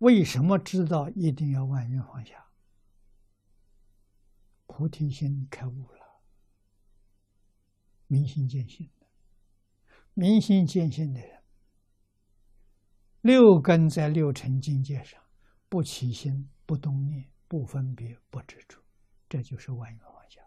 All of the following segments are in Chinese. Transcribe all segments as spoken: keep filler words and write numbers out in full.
为什么知道一定要万缘放下？菩提心开悟了，明心见性的，明心见性的人，六根在六尘境界上，不起心，不动念，不分别，不执着，这就是万缘放下。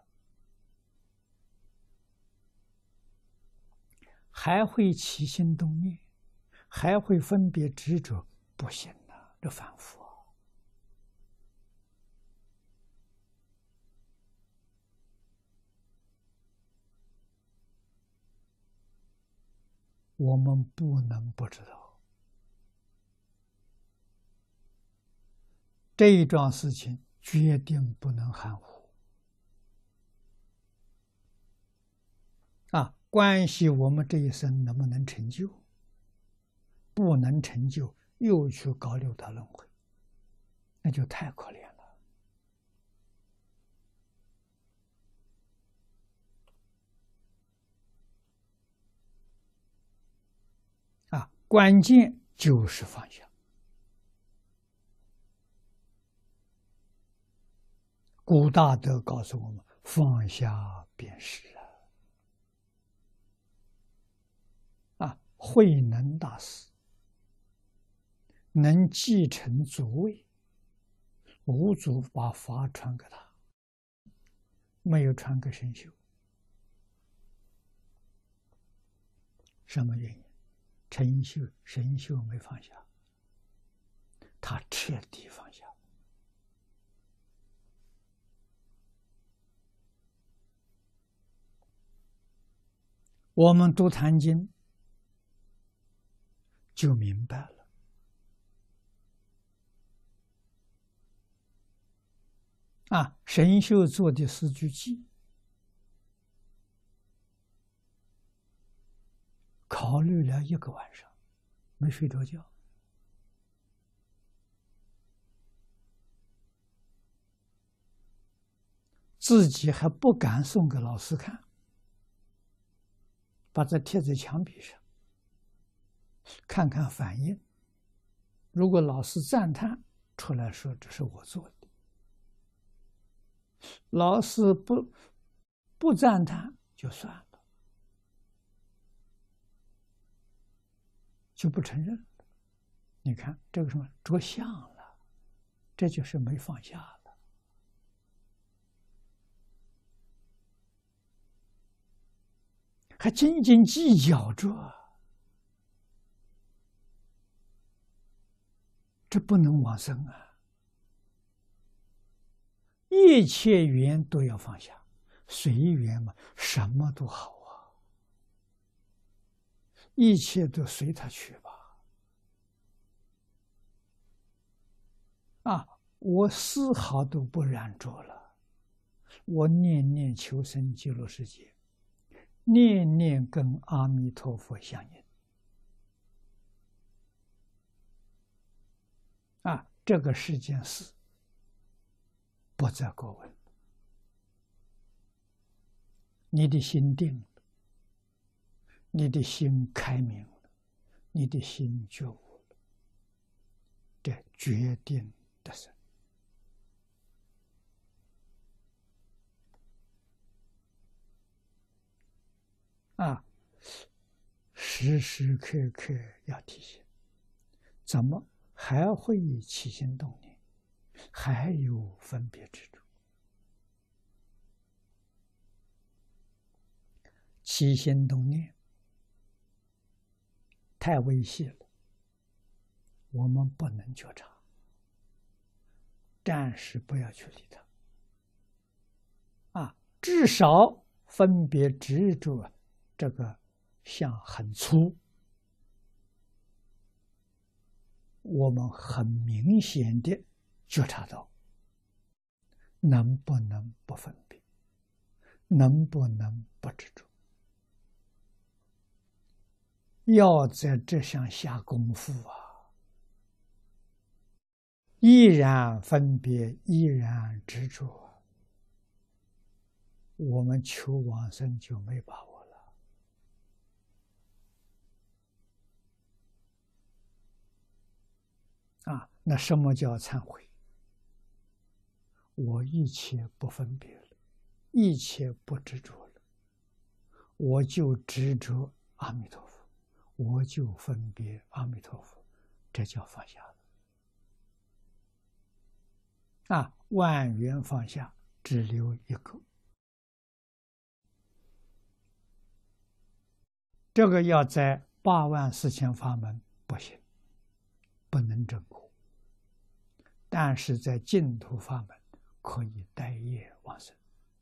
还会起心动念，还会分别执着，不行啊，这反复啊。我们不能不知道这一桩事情，决定不能含糊啊！关系我们这一生能不能成就，不能成就，又去搞六道轮回，那就太可怜了啊！关键就是放下。古大德告诉我们：放下便是啊！啊，慧能大师能继承祖位，五祖把法传给他，没有传给神秀。什么原因？陈秀、神秀没放下，他彻底放下。我们读《坛经》就明白了啊！神秀做的四句偈，考虑了一个晚上，没睡着觉。自己还不敢送给老师看，把它贴在墙壁上，看看反应。如果老师赞叹，出来说这是我做的；老师不不赞叹，就算了，就不承认了。你看这个什么着相了，这就是没放下了。还斤斤计较着，这不能往生啊！一切缘都要放下，随缘嘛，什么都好啊，一切都随他去吧。啊，我丝毫都不染着了，我念念求生极乐世界，念念跟阿弥陀佛相应。啊，这个世间事不在过问，你的心定了，你的心开明了，你的心觉悟了，这决定得胜啊！时时刻刻要提醒，怎么还会起心动念，还有分别执着？起心动念太微细了，我们不能觉察，暂时不要去理它啊！至少分别执着这个相很粗，我们很明显的觉察到，能不能不分别，能不能不执着？要在这上下功夫啊！依然分别，依然执着，我们求往生就没把握了啊！ 那什么叫忏悔？我一切不分别了，一切不执着了，我就执着阿弥陀佛，我就分别阿弥陀佛，这叫放下了。啊，万缘放下，只留一个。这个要在八万四千法门不行，不能证果，但是在净土法门可以带业往生。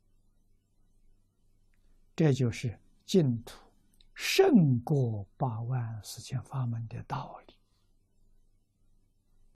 这就是净土胜过八万四千法门的道理。